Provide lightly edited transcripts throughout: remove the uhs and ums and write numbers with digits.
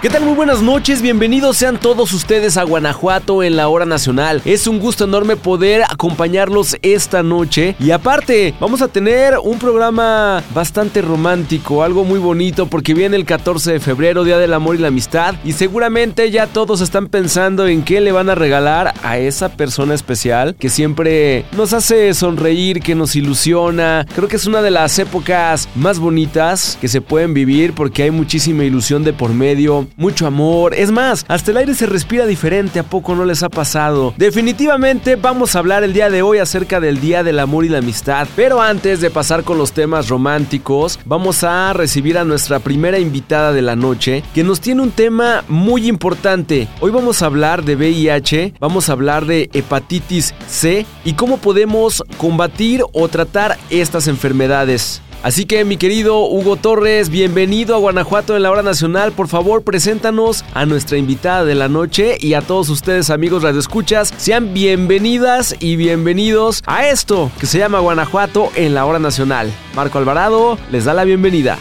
¿Qué tal? Muy buenas noches, bienvenidos sean todos ustedes a Guanajuato en la hora nacional. Es un gusto enorme poder acompañarlos esta noche y aparte vamos a tener un programa bastante romántico, algo muy bonito porque viene el 14 de febrero, Día del Amor y la Amistad y seguramente ya todos están pensando en qué le van a regalar a esa persona especial que siempre nos hace sonreír, que nos ilusiona. Creo que es una de las épocas más bonitas que se pueden vivir porque hay muchísima ilusión de por medio. Mucho amor, es más, hasta el aire se respira diferente, ¿a poco no les ha pasado? Definitivamente vamos a hablar el día de hoy acerca del Día del Amor y la Amistad, pero antes de pasar con los temas románticos, vamos a recibir a nuestra primera invitada de la noche, que nos tiene un tema muy importante. Hoy vamos a hablar de VIH, vamos a hablar de hepatitis C y cómo podemos combatir o tratar estas enfermedades. Así que mi querido Hugo Torres, bienvenido a Guanajuato en la hora nacional. Por favor, preséntanos a nuestra invitada de la noche y a todos ustedes amigos radioescuchas. Sean bienvenidas y bienvenidos a esto que se llama Guanajuato en la hora nacional. Marco Alvarado les da la bienvenida.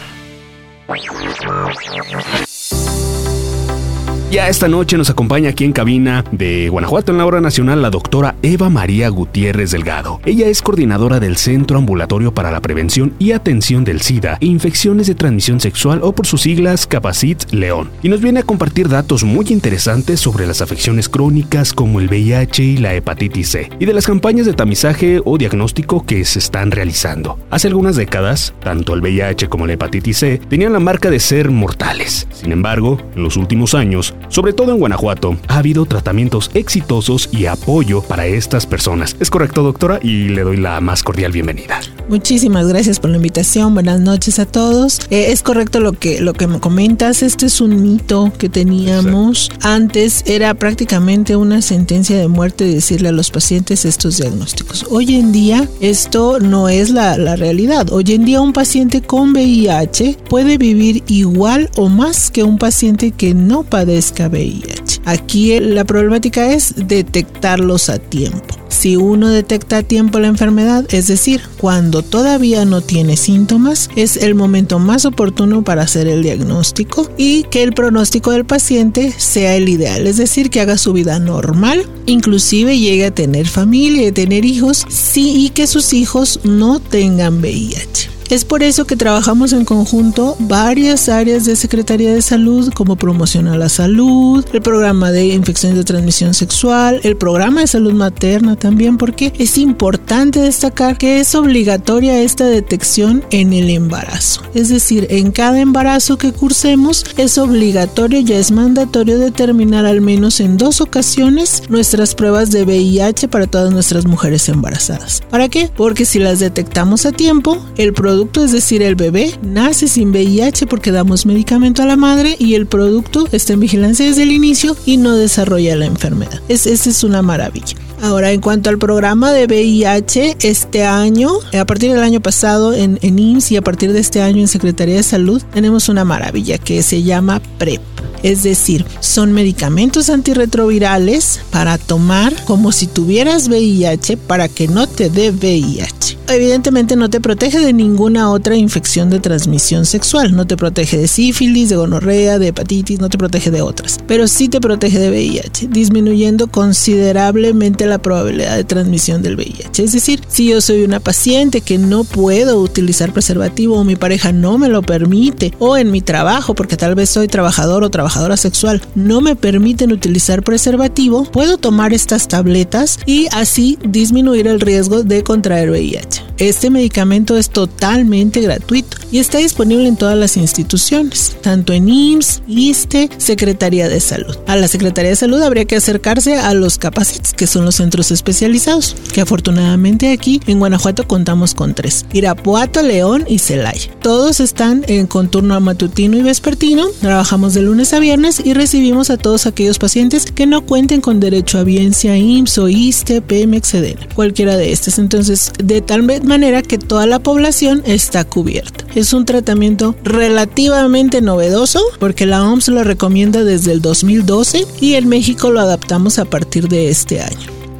Ya esta noche nos acompaña aquí en cabina de Guanajuato en la hora nacional la doctora Eva María Gutiérrez Delgado. Ella es coordinadora del Centro Ambulatorio para la Prevención y Atención del SIDA e Infecciones de Transmisión Sexual o por sus siglas Capacit León. Y nos viene a compartir datos muy interesantes sobre las afecciones crónicas como el VIH y la hepatitis C y de las campañas de tamizaje o diagnóstico que se están realizando. Hace algunas décadas, tanto el VIH como la hepatitis C tenían la marca de ser mortales. Sin embargo, en los últimos años, sobre todo en Guanajuato, ha habido tratamientos exitosos y apoyo para estas personas. ¿Es correcto, doctora? Y le doy la más cordial bienvenida. Muchísimas gracias por la invitación. Buenas noches a todos. Es correcto lo que me comentas. Este es un mito que teníamos. Sí. Antes era prácticamente una sentencia de muerte decirle a los pacientes estos diagnósticos. Hoy en día esto no es la realidad. Hoy en día un paciente con VIH puede vivir igual o más que un paciente que no padezca VIH. Aquí la problemática es detectarlos a tiempo. Si uno detecta a tiempo la enfermedad, es decir, cuando todavía no tiene síntomas, es el momento más oportuno para hacer el diagnóstico y que el pronóstico del paciente sea el ideal, es decir, que haga su vida normal, inclusive llegue a tener familia y tener hijos, y que sus hijos no tengan VIH. Es por eso que trabajamos en conjunto varias áreas de Secretaría de Salud, como promoción a la salud, el programa de infecciones de transmisión sexual, el programa de salud materna también, porque es importante destacar que es obligatoria esta detección en el embarazo. Es decir, en cada embarazo que cursemos es obligatorio, ya es mandatorio determinar al menos en 2 ocasiones nuestras pruebas de VIH para todas nuestras mujeres embarazadas. ¿Para qué? Porque si las detectamos a tiempo, el producto, es decir, el bebé, nace sin VIH porque damos medicamento a la madre y el producto está en vigilancia desde el inicio y no desarrolla la enfermedad. Esa es una maravilla. Ahora, en cuanto al programa de VIH, este año, a partir del año pasado en IMSS y a partir de este año en Secretaría de Salud, tenemos una maravilla que se llama PrEP. Es decir, son medicamentos antirretrovirales para tomar como si tuvieras VIH para que no te dé VIH. Evidentemente no te protege de ninguna otra infección de transmisión sexual, no te protege de sífilis, de gonorrea, de hepatitis, no te protege de otras, pero sí te protege de VIH, disminuyendo considerablemente la probabilidad de transmisión del VIH. Es decir, si yo soy una paciente que no puedo utilizar preservativo o mi pareja no me lo permite, o en mi trabajo, porque tal vez soy trabajador o trabajadora sexual, no me permiten utilizar preservativo, puedo tomar estas tabletas y así disminuir el riesgo de contraer VIH. Este medicamento es totalmente gratuito y está disponible en todas las instituciones, tanto en IMSS, ISSSTE, Secretaría de Salud. A la Secretaría de Salud habría que acercarse a los Capacits, que son los centros especializados, que afortunadamente aquí en Guanajuato contamos con 3: Irapuato, León y Celaya. Todos están con turno matutino y vespertino, trabajamos de lunes a viernes y recibimos a todos aquellos pacientes que no cuenten con derecho a biencia, IMSS o ISSSTE, Pemex, Sedena, cualquiera de estas. Entonces, de tal manera que toda la población está cubierta. Es un tratamiento relativamente novedoso porque la OMS lo recomienda desde el 2012 y en México lo adaptamos a partir de este año.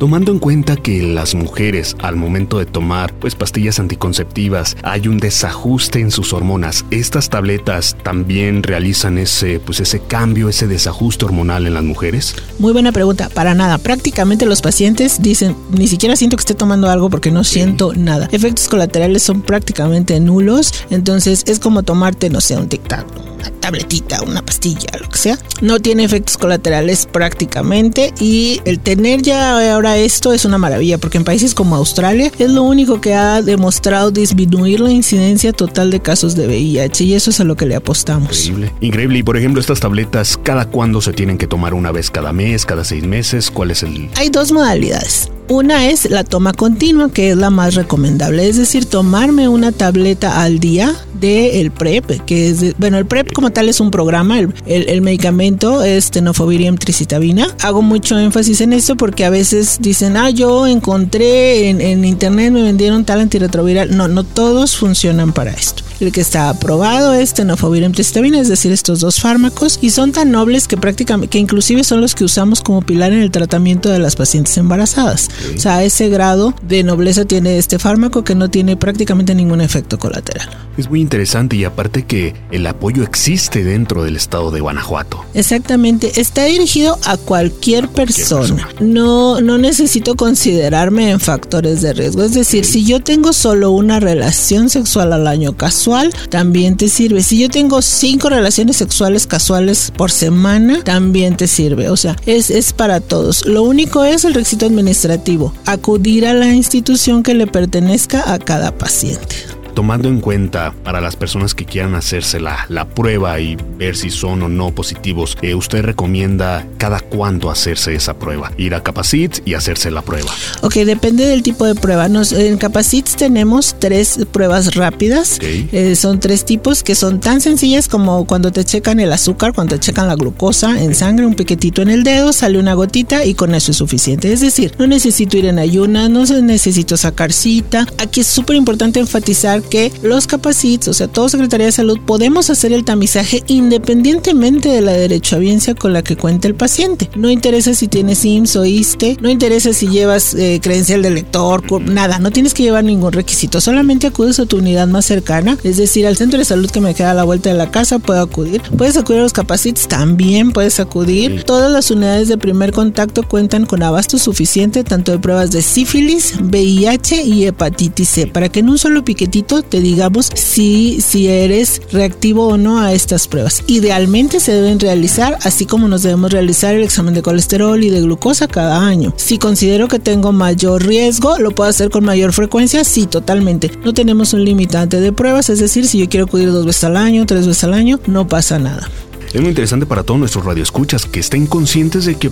Tomando en cuenta que las mujeres al momento de tomar pues pastillas anticonceptivas hay un desajuste en sus hormonas, ¿estas tabletas también realizan ese cambio, ese desajuste hormonal en las mujeres? Muy buena pregunta. Para nada. Prácticamente los pacientes dicen, ni siquiera siento que esté tomando algo porque no siento nada. Efectos colaterales son prácticamente nulos. Entonces es como tomarte, no sé, un tic-tac, una tabletita, una pastilla, lo que sea. No tiene efectos colaterales prácticamente, y el tener ya ahora esto es una maravilla, porque en países como Australia es lo único que ha demostrado disminuir la incidencia total de casos de VIH, y eso es a lo que le apostamos. Increíble. Y por ejemplo, estas tabletas, ¿cada cuándo se tienen que tomar? ¿Una vez cada mes, cada 6 meses? ¿Cuál es el...? Hay dos modalidades. Una es la toma continua, que es la más recomendable, es decir, tomarme una tableta al día del PrEP, que es, el PrEP como tal es un programa, el medicamento es tenofovir tricitabina. Hago mucho énfasis en esto porque a veces dicen, yo encontré en internet, me vendieron tal antirretroviral. No todos funcionan para esto. El que está aprobado es tenofovir tricitabina, es decir, estos dos fármacos, y son tan nobles que inclusive son los que usamos como pilar en el tratamiento de las pacientes embarazadas. O sea, a ese grado de nobleza tiene este fármaco, que no tiene prácticamente ningún efecto colateral. Es muy interesante, y aparte que el apoyo existe dentro del estado de Guanajuato. Exactamente, está dirigido a cualquier persona. No necesito considerarme en factores de riesgo. Es decir, si yo tengo solo una relación sexual al año casual, también te sirve. Si yo tengo 5 relaciones sexuales casuales por semana, también te sirve. O sea, es para todos. Lo único es el requisito administrativo: acudir a la institución que le pertenezca a cada paciente. Tomando en cuenta para las personas que quieran hacerse la prueba y ver si son o no positivos, ¿usted recomienda cada cuánto hacerse esa prueba? Ir a Capacits y hacerse la prueba. Ok, depende del tipo de prueba. En Capacits tenemos 3 pruebas rápidas. Son 3 tipos que son tan sencillas como cuando te checan el azúcar, cuando te checan la glucosa en sangre, un piquetito en el dedo, sale una gotita y con eso es suficiente. Es decir, no necesito ir en ayunas, no necesito sacar cita. Aquí es súper importante enfatizar que los Capacits, o sea, todo Secretaría de Salud, podemos hacer el tamizaje independientemente de la derechohabiencia con la que cuente el paciente. No interesa si tienes IMSS o ISSSTE, no interesa si llevas credencial de lector, nada, no tienes que llevar ningún requisito, solamente acudes a tu unidad más cercana, es decir, al centro de salud que me queda a la vuelta de la casa, puedo acudir. Puedes acudir a los Capacits, también puedes acudir. Todas las unidades de primer contacto cuentan con abasto suficiente, tanto de pruebas de sífilis, VIH y hepatitis C, para que en un solo piquetito te digamos si eres reactivo o no a estas pruebas. Idealmente se deben realizar, así como nos debemos realizar el examen de colesterol y de glucosa cada año. Si considero que tengo mayor riesgo, ¿lo puedo hacer con mayor frecuencia? Sí, totalmente. No tenemos un limitante de pruebas, es decir, si yo quiero acudir 2 veces al año, 3 veces al año, no pasa nada. Es muy interesante para todos nuestros radioescuchas que estén conscientes de que,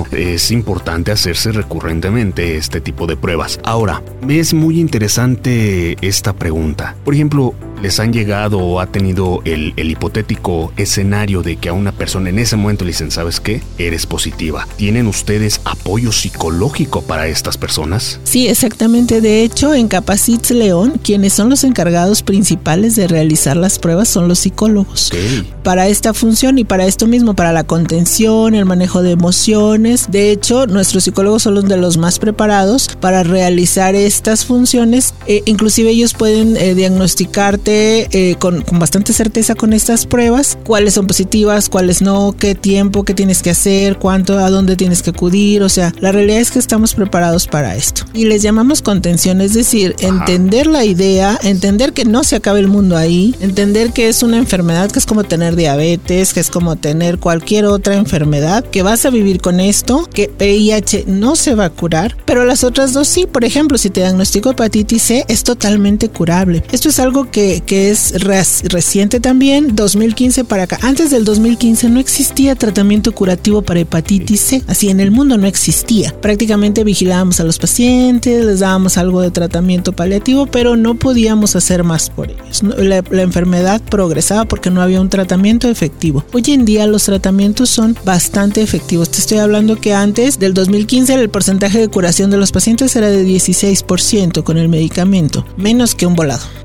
es importante hacerse recurrentemente este tipo de pruebas. Ahora, me es muy interesante esta pregunta. Por ejemplo, ¿les han llegado o ha tenido el hipotético escenario de que a una persona en ese momento le dicen, ¿sabes qué? Eres positiva. ¿Tienen ustedes apoyo psicológico para estas personas? Sí, exactamente. De hecho, en Capacits León, quienes son los encargados principales de realizar las pruebas son los psicólogos. Para esta función y para esto mismo, para la contención, el manejo de emociones. De hecho, nuestros psicólogos son los de los más preparados para realizar estas funciones. Inclusive ellos pueden diagnosticarte con bastante certeza con estas pruebas, cuáles son positivas, cuáles no, qué tiempo, qué tienes que hacer, cuánto, a dónde tienes que acudir. O sea, la realidad es que estamos preparados para esto. Y les llamamos contención, es decir, entender la idea, entender que no se acaba el mundo ahí, entender que es una enfermedad, que es como tener diabetes, que es como tener cualquier otra enfermedad, que vas a vivir con esto, que VIH no se va a curar, pero las otras dos sí. Por ejemplo, si te diagnostico hepatitis C, es totalmente curable. Esto es algo que es reciente también, 2015 para acá. Antes del 2015 no existía tratamiento curativo para hepatitis C, así en el mundo no existía. Prácticamente vigilábamos a los pacientes, les dábamos algo de tratamiento paliativo, pero no podíamos hacer más por ellos. La enfermedad progresaba porque no había un tratamiento efectivo. Hoy en día los tratamientos son bastante efectivos. Te estoy hablando que antes del 2015 el porcentaje de curación de los pacientes era de 16% con el medicamento, menos que un volado.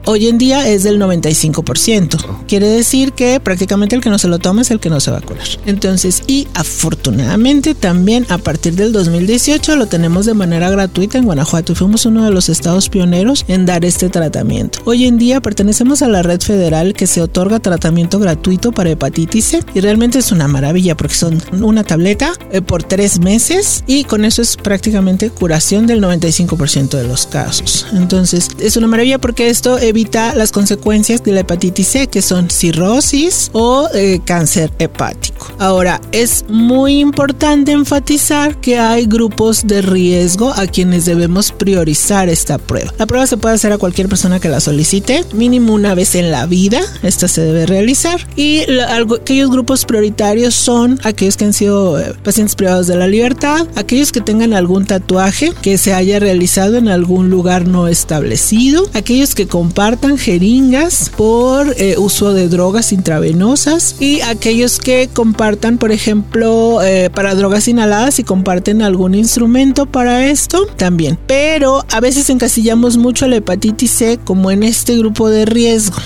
Hoy en día es del 95%. Quiere decir que prácticamente el que no se lo toma es el que no se va a curar. Entonces, y afortunadamente también a partir del 2018 lo tenemos de manera gratuita en Guanajuato y fuimos uno de los estados pioneros en dar este tratamiento. Hoy en día pertenecemos a la red federal que se otorga tratamiento gratuito para hepatitis C y realmente es una maravilla porque son una tableta por 3 meses y con eso es prácticamente curación del 95% de los casos. Entonces es una maravilla porque esto evita las consecuencias de la hepatitis C, que son cirrosis o cáncer hepático. Ahora, es muy importante enfatizar que hay grupos de riesgo a quienes debemos priorizar esta prueba. La prueba se puede hacer a cualquier persona que la solicite, mínimo una vez en la vida, esta se debe realizar, y aquellos grupos prioritarios son aquellos que han sido pacientes privados de la libertad, aquellos que tengan algún tatuaje que se haya realizado en algún lugar no establecido, aquellos que compartan jeringas por uso de drogas intravenosas y aquellos que compartan, por ejemplo, para drogas inhaladas y comparten algún instrumento para esto también. Pero a veces encasillamos mucho a la hepatitis C como en este grupo de riesgo.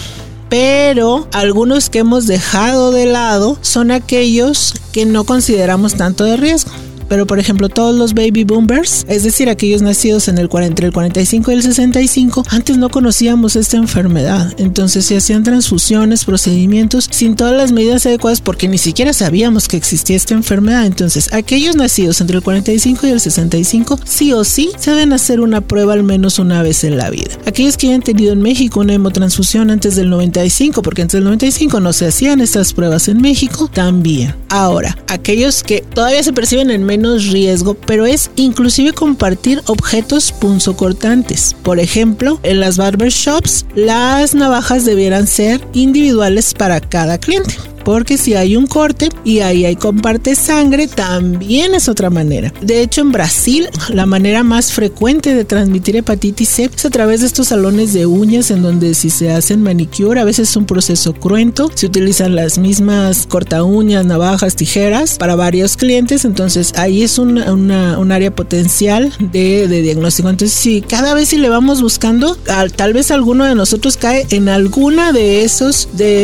Pero algunos que hemos dejado de lado son aquellos que no consideramos tanto de riesgo. Pero, por ejemplo, todos los baby boomers, es decir, aquellos nacidos entre el 45 y el 65, antes no conocíamos esta enfermedad. Entonces se hacían transfusiones, procedimientos sin todas las medidas adecuadas porque ni siquiera sabíamos que existía esta enfermedad. Entonces, aquellos nacidos entre el 45 y el 65, sí o sí, se deben hacer una prueba al menos una vez en la vida. Aquellos que hayan tenido en México una hemotransfusión antes del 95, porque antes del 95 no se hacían estas pruebas en México, también. Ahora, aquellos que todavía se perciben en menos riesgo, pero es inclusive compartir objetos punzocortantes. Por ejemplo, en las barbershops, las navajas debieran ser individuales para cada cliente. Porque si hay un corte y ahí comparte sangre, también es otra manera. De hecho, en Brasil, la manera más frecuente de transmitir hepatitis C es a través de estos salones de uñas en donde si se hacen manicure, a veces es un proceso cruento, se utilizan las mismas corta uñas, navajas, tijeras para varios clientes, entonces ahí es un área potencial de diagnóstico. Entonces, si cada vez si le vamos buscando, tal vez alguno de nosotros cae en alguna de esos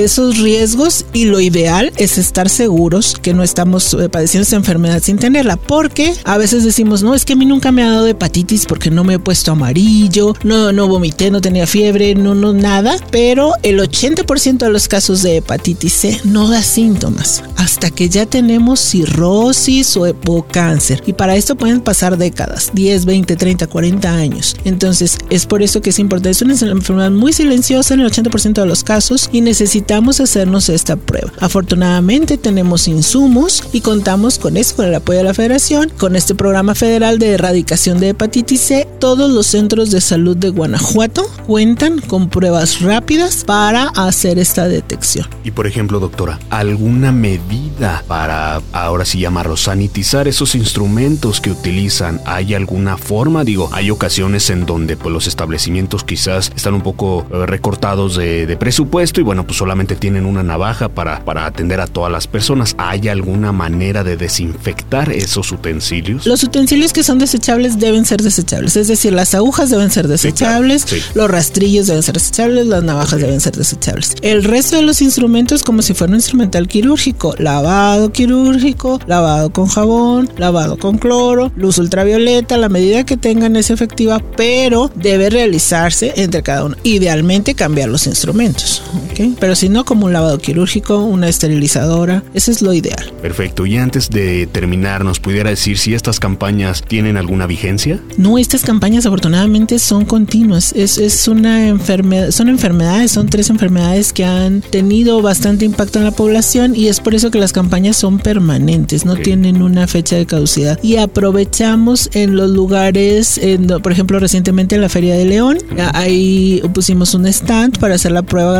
riesgos y lo ideal es estar seguros que no estamos padeciendo esta enfermedad sin tenerla, porque a veces decimos, no, es que a mí nunca me ha dado hepatitis porque no me he puesto amarillo, no vomité, no tenía fiebre, no nada, pero el 80% de los casos de hepatitis C no da síntomas hasta que ya tenemos cirrosis o cáncer, y para esto pueden pasar décadas, 10, 20, 30, 40 años. Entonces es por eso que es importante, es una enfermedad muy silenciosa en el 80% de los casos y necesitamos hacernos esta prueba. Afortunadamente tenemos insumos y contamos con eso, con el apoyo de la Federación, con este programa federal de erradicación de hepatitis C. Todos los centros de salud de Guanajuato cuentan con pruebas rápidas para hacer esta detección. Y por ejemplo, doctora, ¿alguna medida para, ahora sí llamarlo, sanitizar esos instrumentos que utilizan? ¿Hay alguna forma? Digo, hay ocasiones en donde pues, los establecimientos quizás están un poco recortados de presupuesto y bueno, pues solamente tienen una navaja para atender a todas las personas. ¿Hay alguna manera de desinfectar esos utensilios? Los utensilios que son desechables deben ser desechables, es decir, las agujas deben ser desechables, sí, claro. Sí. Los rastrillos deben ser desechables, las navajas deben ser desechables. El resto de los instrumentos como si fuera un instrumental quirúrgico, lavado quirúrgico, lavado con jabón, lavado con cloro, luz ultravioleta, la medida que tengan es efectiva, pero debe realizarse entre cada uno. Idealmente cambiar los instrumentos, ¿okay? Pero si no, como un lavado quirúrgico, una esterilizadora, eso es lo ideal. Perfecto, y antes de terminar, ¿nos pudiera decir si estas campañas tienen alguna vigencia? No, estas campañas afortunadamente son continuas, es una enfermedad, son 3 enfermedades que han tenido bastante impacto en la población y es por eso que las campañas son permanentes, no tienen una fecha de caducidad y aprovechamos en los lugares, por ejemplo recientemente en la Feria de León, ahí pusimos un stand para hacer la prueba gratuita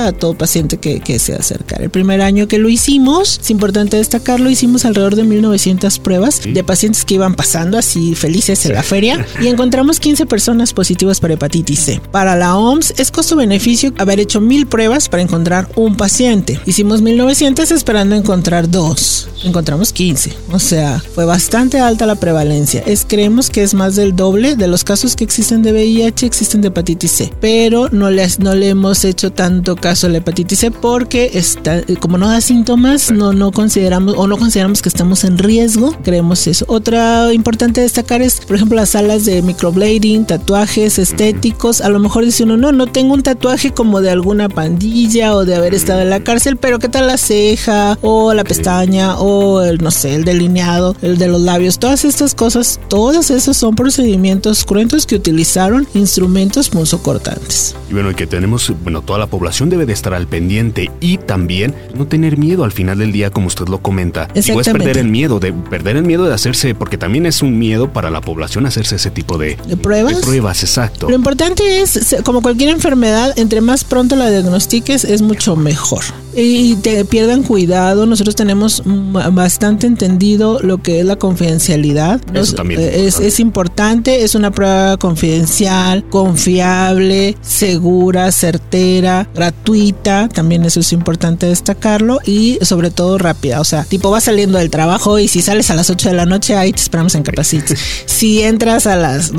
gratuita a todo paciente que se acercara. El primer año que lo hicimos, es importante destacarlo, hicimos alrededor de 1900 pruebas de pacientes que iban pasando así felices en la feria y encontramos 15 personas positivas para hepatitis C. Para la OMS es costo-beneficio haber hecho 1000 pruebas para encontrar un paciente. Hicimos 1900 esperando encontrar 2. Encontramos 15. O sea, fue bastante alta la prevalencia. Creemos que es más del doble de los casos que existen de VIH, existen de hepatitis C. Pero no le hemos hecho tanto caso a la hepatitis C porque como no da síntomas, no consideramos que estamos en riesgo. Creemos eso. Otra importante destacar es, por ejemplo, las salas de microblading, tatuajes estéticos. A lo mejor dice uno, no tengo un tatuaje como de alguna pandilla o de haber estado en la cárcel, pero ¿qué tal la ceja o la pestaña o el delineado, el de los labios? Todas estas cosas, todos esos son procedimientos cruentos que utilizaron instrumentos punzocortantes. Y bueno, que toda la población debe de estar al pendiente y también no tener miedo al final del día, como usted lo comenta. Digo, es perder el miedo de hacerse, porque también es un miedo para la población hacerse ese tipo de pruebas. De pruebas, exacto. Lo importante es, como cualquier enfermedad, entre más pronto la diagnostiques es mucho mejor. Y te pierdan cuidado. Nosotros tenemos bastante entendido lo que es la confidencialidad. Eso también es importante. Es una prueba confidencial, confiable, segura, certera, gratuita. También eso es importante destacarlo. Y sobre todo rápida. O sea, vas saliendo del trabajo y si sales a las 8 de la noche, ahí te esperamos en Capacit. Si entras a las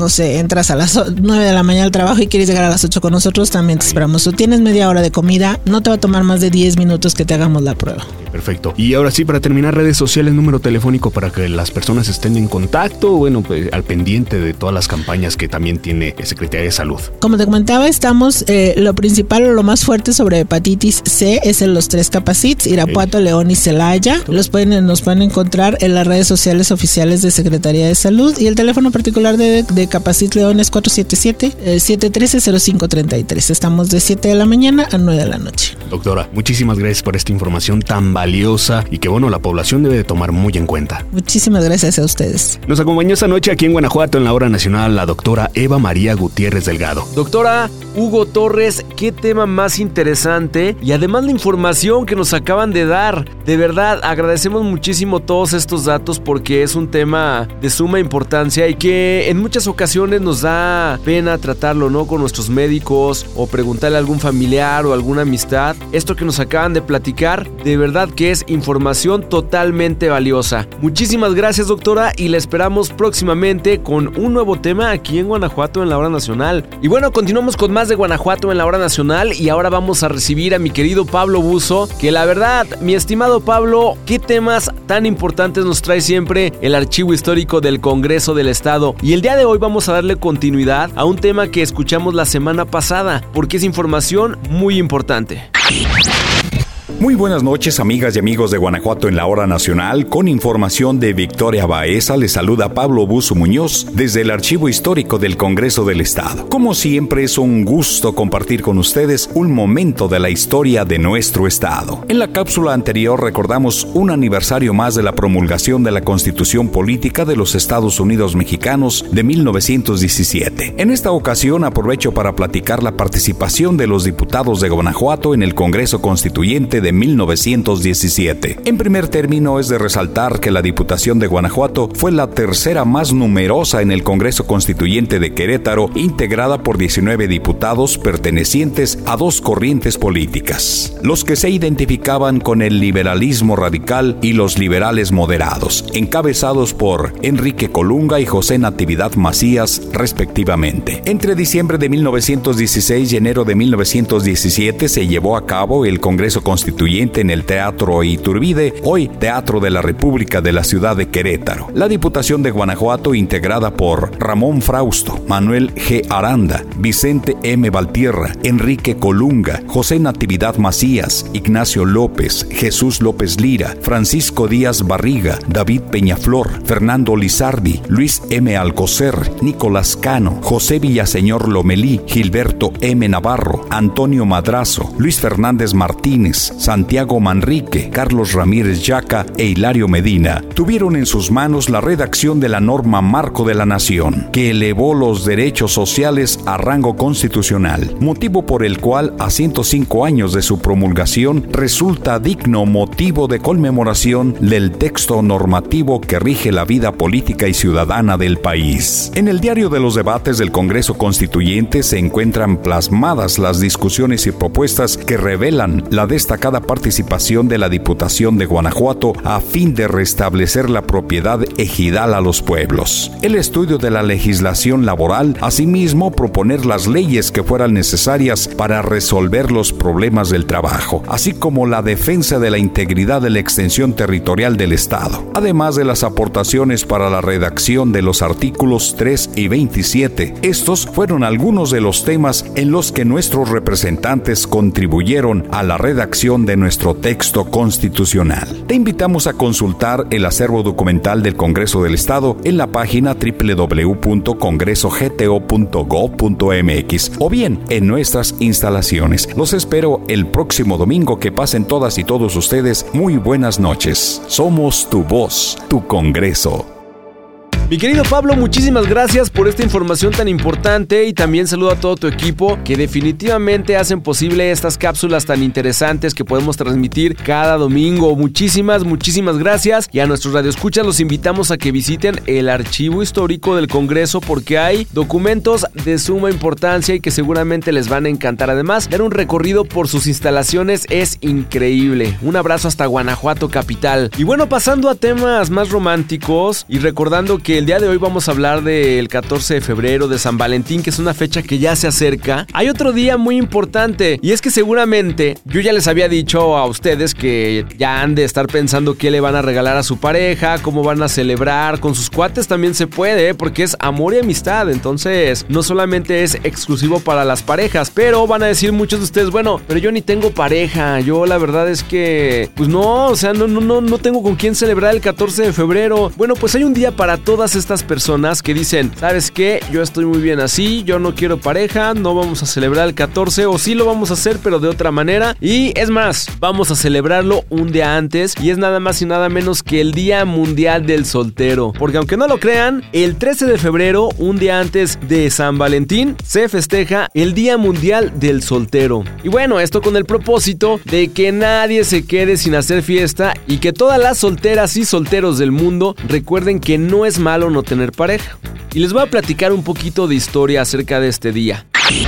9 de la mañana al trabajo y quieres llegar a las 8 con nosotros, también te esperamos. O tienes media hora de comida, no te va a tomar más de 10 minutos que te hagamos la prueba. Perfecto. Y ahora sí, para terminar, redes sociales, número telefónico para que las personas estén en contacto, al pendiente de todas las campañas que también tiene Secretaría de Salud. Como te comentaba, estamos, lo principal o lo más fuerte sobre hepatitis C es en los 3 Capacits, Irapuato, León y Celaya. Nos pueden encontrar en las redes sociales oficiales de Secretaría de Salud y el teléfono particular de Capacit León es 477-713-0533. Estamos de 7 de la mañana a 9 de la noche. Doctora, muchísimas gracias por esta información tan valiosa y que la población debe de tomar muy en cuenta. Muchísimas gracias a ustedes. Nos acompañó esta noche aquí en Guanajuato en la Hora Nacional la doctora Eva María Gutiérrez Delgado. Doctora Hugo Torres, qué tema más interesante y además la información que nos acaban de dar. De verdad, agradecemos muchísimo todos estos datos porque es un tema de suma importancia y que en muchas ocasiones nos da pena tratarlo, ¿no? Con nuestros médicos o preguntarle a algún familiar o alguna amistad. Esto que nos acaban de platicar, de verdad que es información totalmente valiosa. Muchísimas gracias, doctora, y la esperamos próximamente con un nuevo tema aquí en Guanajuato en la Hora Nacional. Y bueno, continuamos con más de Guanajuato en la Hora Nacional y ahora vamos a recibir a mi querido Pablo Buzo, que la verdad, mi estimado Pablo, qué temas tan importantes nos trae siempre el Archivo Histórico del Congreso del Estado. Y el día de hoy vamos a darle continuidad a un tema que escuchamos la semana pasada, porque es información muy importante. Muy buenas noches, amigas y amigos de Guanajuato en la Hora Nacional. Con información de Victoria Baeza, les saluda Pablo Buzo Muñoz desde el Archivo Histórico del Congreso del Estado. Como siempre, es un gusto compartir con ustedes un momento de la historia de nuestro Estado. En la cápsula anterior recordamos un aniversario más de la promulgación de la Constitución Política de los Estados Unidos Mexicanos de 1917. En esta ocasión aprovecho para platicar la participación de los diputados de Guanajuato en el Congreso Constituyente de 1917. En primer término, es de resaltar que la Diputación de Guanajuato fue la tercera más numerosa en el Congreso Constituyente de Querétaro, integrada por 19 diputados pertenecientes a 2 corrientes políticas, los que se identificaban con el liberalismo radical y los liberales moderados, encabezados por Enrique Colunga y José Natividad Macías, respectivamente. Entre diciembre de 1916 y enero de 1917 se llevó a cabo el Congreso Constituyente en el Teatro Iturbide, hoy Teatro de la República de la ciudad de Querétaro. La Diputación de Guanajuato, integrada por Ramón Frausto, Manuel G. Aranda, Vicente M. Valtierra, Enrique Colunga, José Natividad Macías, Ignacio López, Jesús López Lira, Francisco Díaz Barriga, David Peñaflor, Fernando Lizardi, Luis M. Alcocer, Nicolás Cano, José Villaseñor Lomelí, Gilberto M. Navarro, Antonio Madrazo, Luis Fernández Martínez, Santiago Manrique, Carlos Ramírez Yaca e Hilario Medina tuvieron en sus manos la redacción de la norma marco de la nación, que elevó los derechos sociales a rango constitucional, motivo por el cual a 105 años de su promulgación resulta digno motivo de conmemoración del texto normativo que rige la vida política y ciudadana del país. En el diario de los debates del Congreso Constituyente se encuentran plasmadas las discusiones y propuestas que revelan la destacada participación de la Diputación de Guanajuato a fin de restablecer la propiedad ejidal a los pueblos. El estudio de la legislación laboral, asimismo, proponer las leyes que fueran necesarias para resolver los problemas del trabajo, así como la defensa de la integridad de la extensión territorial del Estado, además de las aportaciones para la redacción de los artículos 3 y 27. Estos fueron algunos de los temas en los que nuestros representantes contribuyeron a la redacción de nuestro texto constitucional. Te invitamos a consultar el acervo documental del Congreso del Estado en la página www.congresogto.gov.mx o bien en nuestras instalaciones. Los espero el próximo domingo. Que pasen todas y todos ustedes muy buenas noches. Somos tu voz, tu Congreso. Mi querido Pablo, muchísimas gracias por esta información tan importante y también saludo a todo tu equipo que definitivamente hacen posible estas cápsulas tan interesantes que podemos transmitir cada domingo. Muchísimas gracias, y a nuestros radioescuchas los invitamos a que visiten el archivo histórico del Congreso porque hay documentos de suma importancia y que seguramente les van a encantar. Además, dar un recorrido por sus instalaciones es increíble. Un abrazo hasta Guanajuato capital. Y bueno, pasando a temas más románticos y recordando que el día de hoy vamos a hablar del 14 de febrero, de San Valentín, que es una fecha que ya se acerca. Hay otro día muy importante y es que seguramente yo ya les había dicho a ustedes que ya han de estar pensando qué le van a regalar a su pareja, cómo van a celebrar. Con sus cuates también se puede, porque es amor y amistad, entonces no solamente es exclusivo para las parejas. Pero van a decir muchos de ustedes, bueno, pero yo ni tengo pareja, yo la verdad es que pues no, o sea, no tengo con quién celebrar el 14 de febrero. Bueno, pues hay un día para todas estas personas que dicen, ¿sabes qué? Yo estoy muy bien así, yo no quiero pareja, no vamos a celebrar el 14, o sí lo vamos a hacer, pero de otra manera. Y es más, vamos a celebrarlo un día antes, y es nada más y nada menos que el Día Mundial del Soltero. Porque aunque no lo crean, el 13 de febrero, un día antes de San Valentín, se festeja el Día Mundial del Soltero. Y bueno, esto con el propósito de que nadie se quede sin hacer fiesta y que todas las solteras y solteros del mundo recuerden que no es malo no tener pareja. Y les voy a platicar un poquito de historia acerca de este día.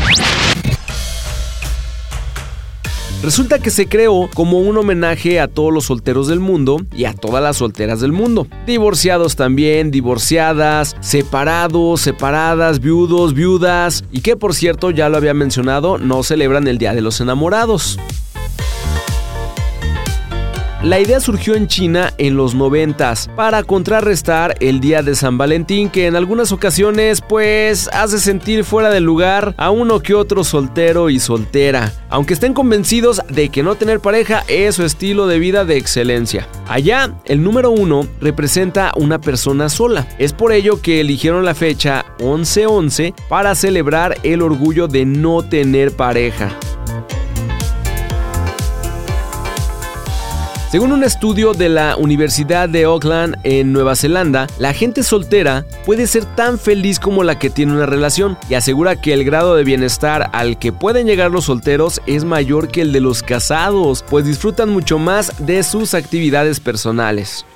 Resulta que se creó como un homenaje a todos los solteros del mundo y a todas las solteras del mundo. Divorciados también, divorciadas, separados, separadas, viudos, viudas. Y que por cierto, ya lo había mencionado, no celebran el Día de los Enamorados. La idea surgió en China en los 90s para contrarrestar el día de San Valentín, que en algunas ocasiones pues hace sentir fuera de lugar a uno que otro soltero y soltera, aunque estén convencidos de que no tener pareja es su estilo de vida de excelencia. Allá, el número 1 representa una persona sola. Es por ello que eligieron la fecha 11/11 para celebrar el orgullo de no tener pareja. Según un estudio de la Universidad de Auckland en Nueva Zelanda, la gente soltera puede ser tan feliz como la que tiene una relación, y asegura que el grado de bienestar al que pueden llegar los solteros es mayor que el de los casados, pues disfrutan mucho más de sus actividades personales.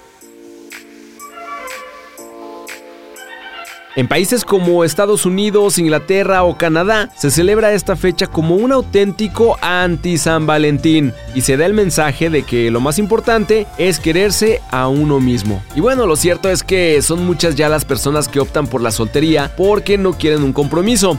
En países como Estados Unidos, Inglaterra o Canadá, se celebra esta fecha como un auténtico anti-San Valentín y se da el mensaje de que lo más importante es quererse a uno mismo. Y bueno, lo cierto es que son muchas ya las personas que optan por la soltería porque no quieren un compromiso.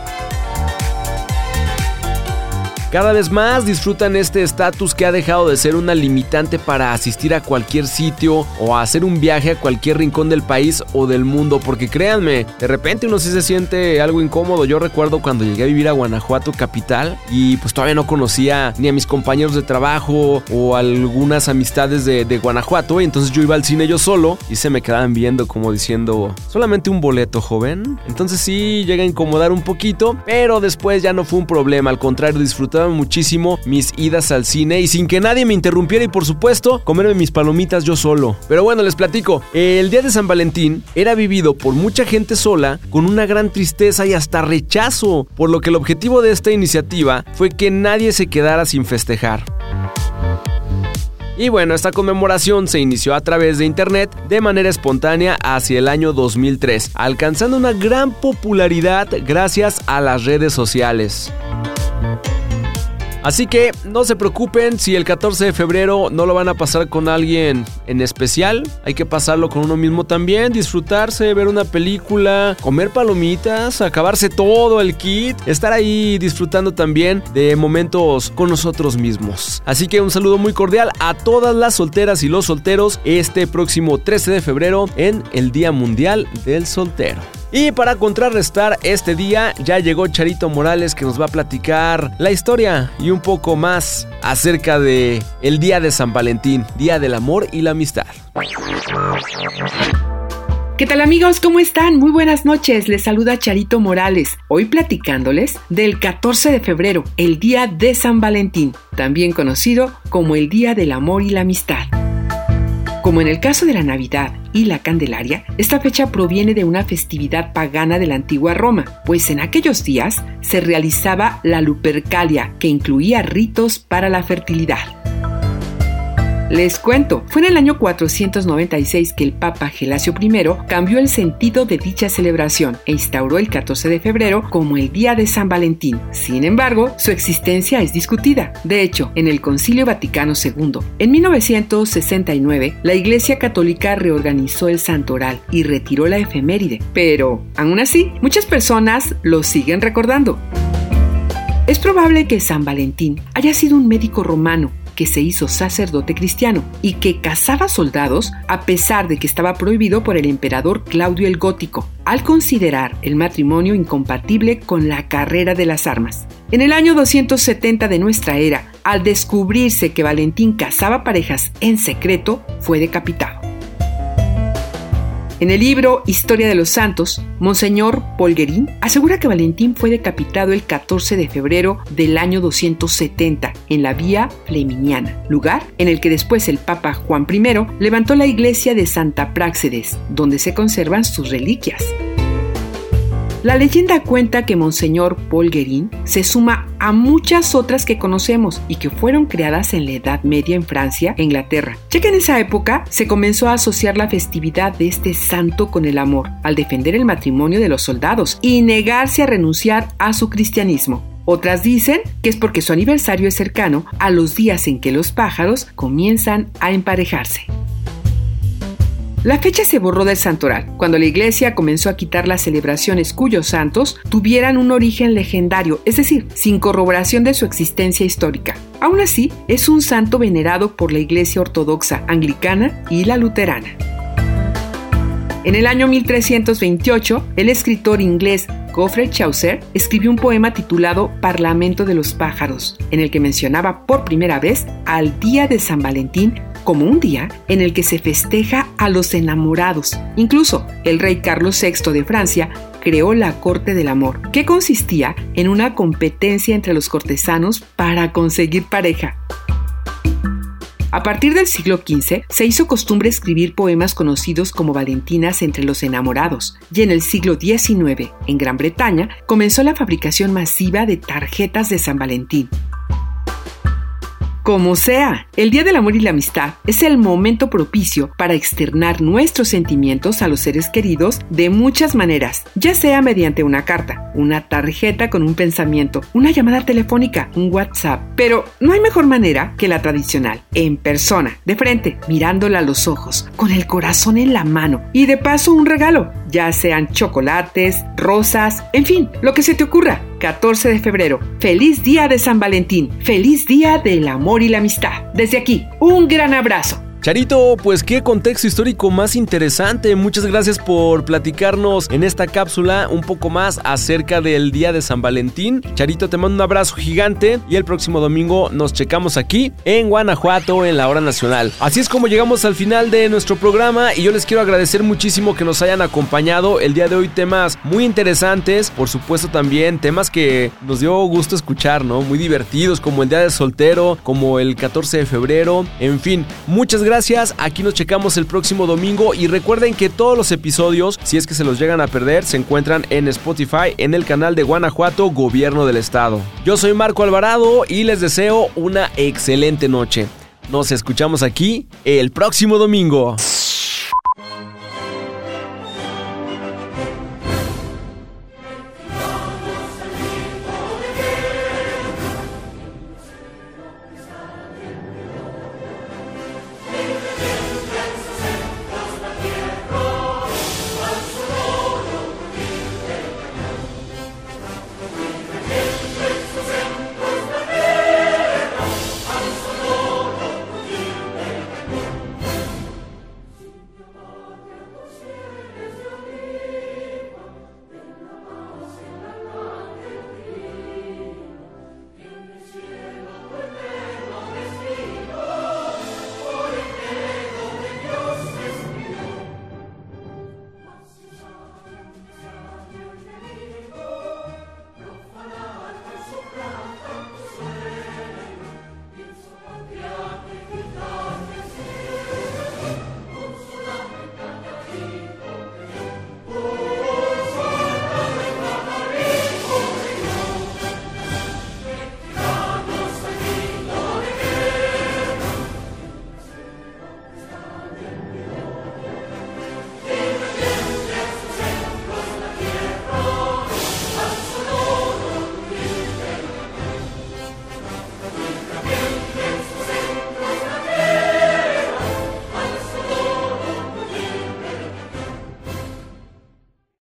Cada vez más disfrutan este estatus que ha dejado de ser una limitante para asistir a cualquier sitio o a hacer un viaje a cualquier rincón del país o del mundo, porque créanme, de repente uno sí se siente algo incómodo. Yo recuerdo cuando llegué a vivir a Guanajuato capital y pues todavía no conocía ni a mis compañeros de trabajo o algunas amistades de Guanajuato, y entonces yo iba al cine yo solo y se me quedaban viendo como diciendo, ¿solamente un boleto, joven? Entonces sí llega a incomodar un poquito, pero después ya no fue un problema, al contrario, disfrutaba disfrutaba muchísimo mis idas al cine y sin que nadie me interrumpiera y por supuesto comerme mis palomitas yo solo. Pero bueno, les platico, el día de San Valentín era vivido por mucha gente sola con una gran tristeza y hasta rechazo, por lo que el objetivo de esta iniciativa fue que nadie se quedara sin festejar. Y bueno, esta conmemoración se inició a través de internet de manera espontánea hacia el año 2003, alcanzando una gran popularidad gracias a las redes sociales. Así que no se preocupen si el 14 de febrero no lo van a pasar con alguien en especial. Hay que pasarlo con uno mismo también, disfrutarse, ver una película, comer palomitas, acabarse todo el kit, estar ahí disfrutando también de momentos con nosotros mismos. Así que un saludo muy cordial a todas las solteras y los solteros este próximo 13 de febrero en el Día Mundial del Soltero. Y para contrarrestar este día ya llegó Charito Morales, que nos va a platicar la historia y un poco más acerca de el día de San Valentín, Día del Amor y la Amistad. ¿Qué tal amigos? ¿Cómo están? Muy buenas noches, les saluda Charito Morales, hoy platicándoles del 14 de febrero, el día de San Valentín, también conocido como el Día del Amor y la Amistad. Como en el caso de la Navidad y la Candelaria, esta fecha proviene de una festividad pagana de la antigua Roma, pues en aquellos días se realizaba la Lupercalia, que incluía ritos para la fertilidad. Les cuento, fue en el año 496 que el Papa Gelasio I cambió el sentido de dicha celebración e instauró el 14 de febrero como el Día de San Valentín. Sin embargo, su existencia es discutida. De hecho, en el Concilio Vaticano II, en 1969, la Iglesia Católica reorganizó el santoral y retiró la efeméride. Pero, aún así, muchas personas lo siguen recordando. Es probable que San Valentín haya sido un médico romano que se hizo sacerdote cristiano y que cazaba soldados a pesar de que estaba prohibido por el emperador Claudio el Gótico, al considerar el matrimonio incompatible con la carrera de las armas. En el año 270 de nuestra era, al descubrirse que Valentín cazaba parejas en secreto, fue decapitado. En el libro Historia de los Santos, Monseñor Polguerín asegura que Valentín fue decapitado el 14 de febrero del año 270 en la Vía Fleminiana, lugar en el que después el Papa Juan I levantó la iglesia de Santa Práxedes, donde se conservan sus reliquias. La leyenda cuenta que Monseñor Polguerín se suma a muchas otras que conocemos y que fueron creadas en la Edad Media en Francia e Inglaterra, ya que en esa época se comenzó a asociar la festividad de este santo con el amor, al defender el matrimonio de los soldados y negarse a renunciar a su cristianismo. Otras dicen que es porque su aniversario es cercano a los días en que los pájaros comienzan a emparejarse. La fecha se borró del santoral, cuando la iglesia comenzó a quitar las celebraciones cuyos santos tuvieran un origen legendario, es decir, sin corroboración de su existencia histórica. Aún así, es un santo venerado por la iglesia ortodoxa, anglicana y la luterana. En el año 1328, el escritor inglés Geoffrey Chaucer escribió un poema titulado Parlamento de los pájaros, en el que mencionaba por primera vez al día de San Valentín como un día en el que se festeja a los enamorados. Incluso el rey Carlos VI de Francia creó la Corte del Amor, que consistía en una competencia entre los cortesanos para conseguir pareja. A partir del siglo XV, se hizo costumbre escribir poemas conocidos como Valentinas entre los enamorados, y en el siglo XIX, en Gran Bretaña, comenzó la fabricación masiva de tarjetas de San Valentín. Como sea, el Día del Amor y la Amistad es el momento propicio para externar nuestros sentimientos a los seres queridos de muchas maneras, ya sea mediante una carta, una tarjeta con un pensamiento, una llamada telefónica, un WhatsApp. Pero no hay mejor manera que la tradicional, en persona, de frente, mirándola a los ojos, con el corazón en la mano y de paso un regalo, ya sean chocolates, rosas, en fin, lo que se te ocurra. 14 de febrero, feliz día de San Valentín, feliz día del amor y la amistad. Desde aquí, un gran abrazo. Charito, pues qué contexto histórico más interesante. Muchas gracias por platicarnos en esta cápsula un poco más acerca del Día de San Valentín. Charito, te mando un abrazo gigante y el próximo domingo nos checamos aquí en Guanajuato en la Hora Nacional. Así es como llegamos al final de nuestro programa y yo les quiero agradecer muchísimo que nos hayan acompañado el día de hoy. Temas muy interesantes, por supuesto también temas que nos dio gusto escuchar, ¿no? Muy divertidos, como el Día del Soltero, como el 14 de febrero, en fin, muchas gracias. Aquí nos checamos el próximo domingo y recuerden que todos los episodios, si es que se los llegan a perder, se encuentran en Spotify en el canal de Guanajuato, Gobierno del Estado. Yo soy Marco Alvarado y les deseo una excelente noche. Nos escuchamos aquí el próximo domingo.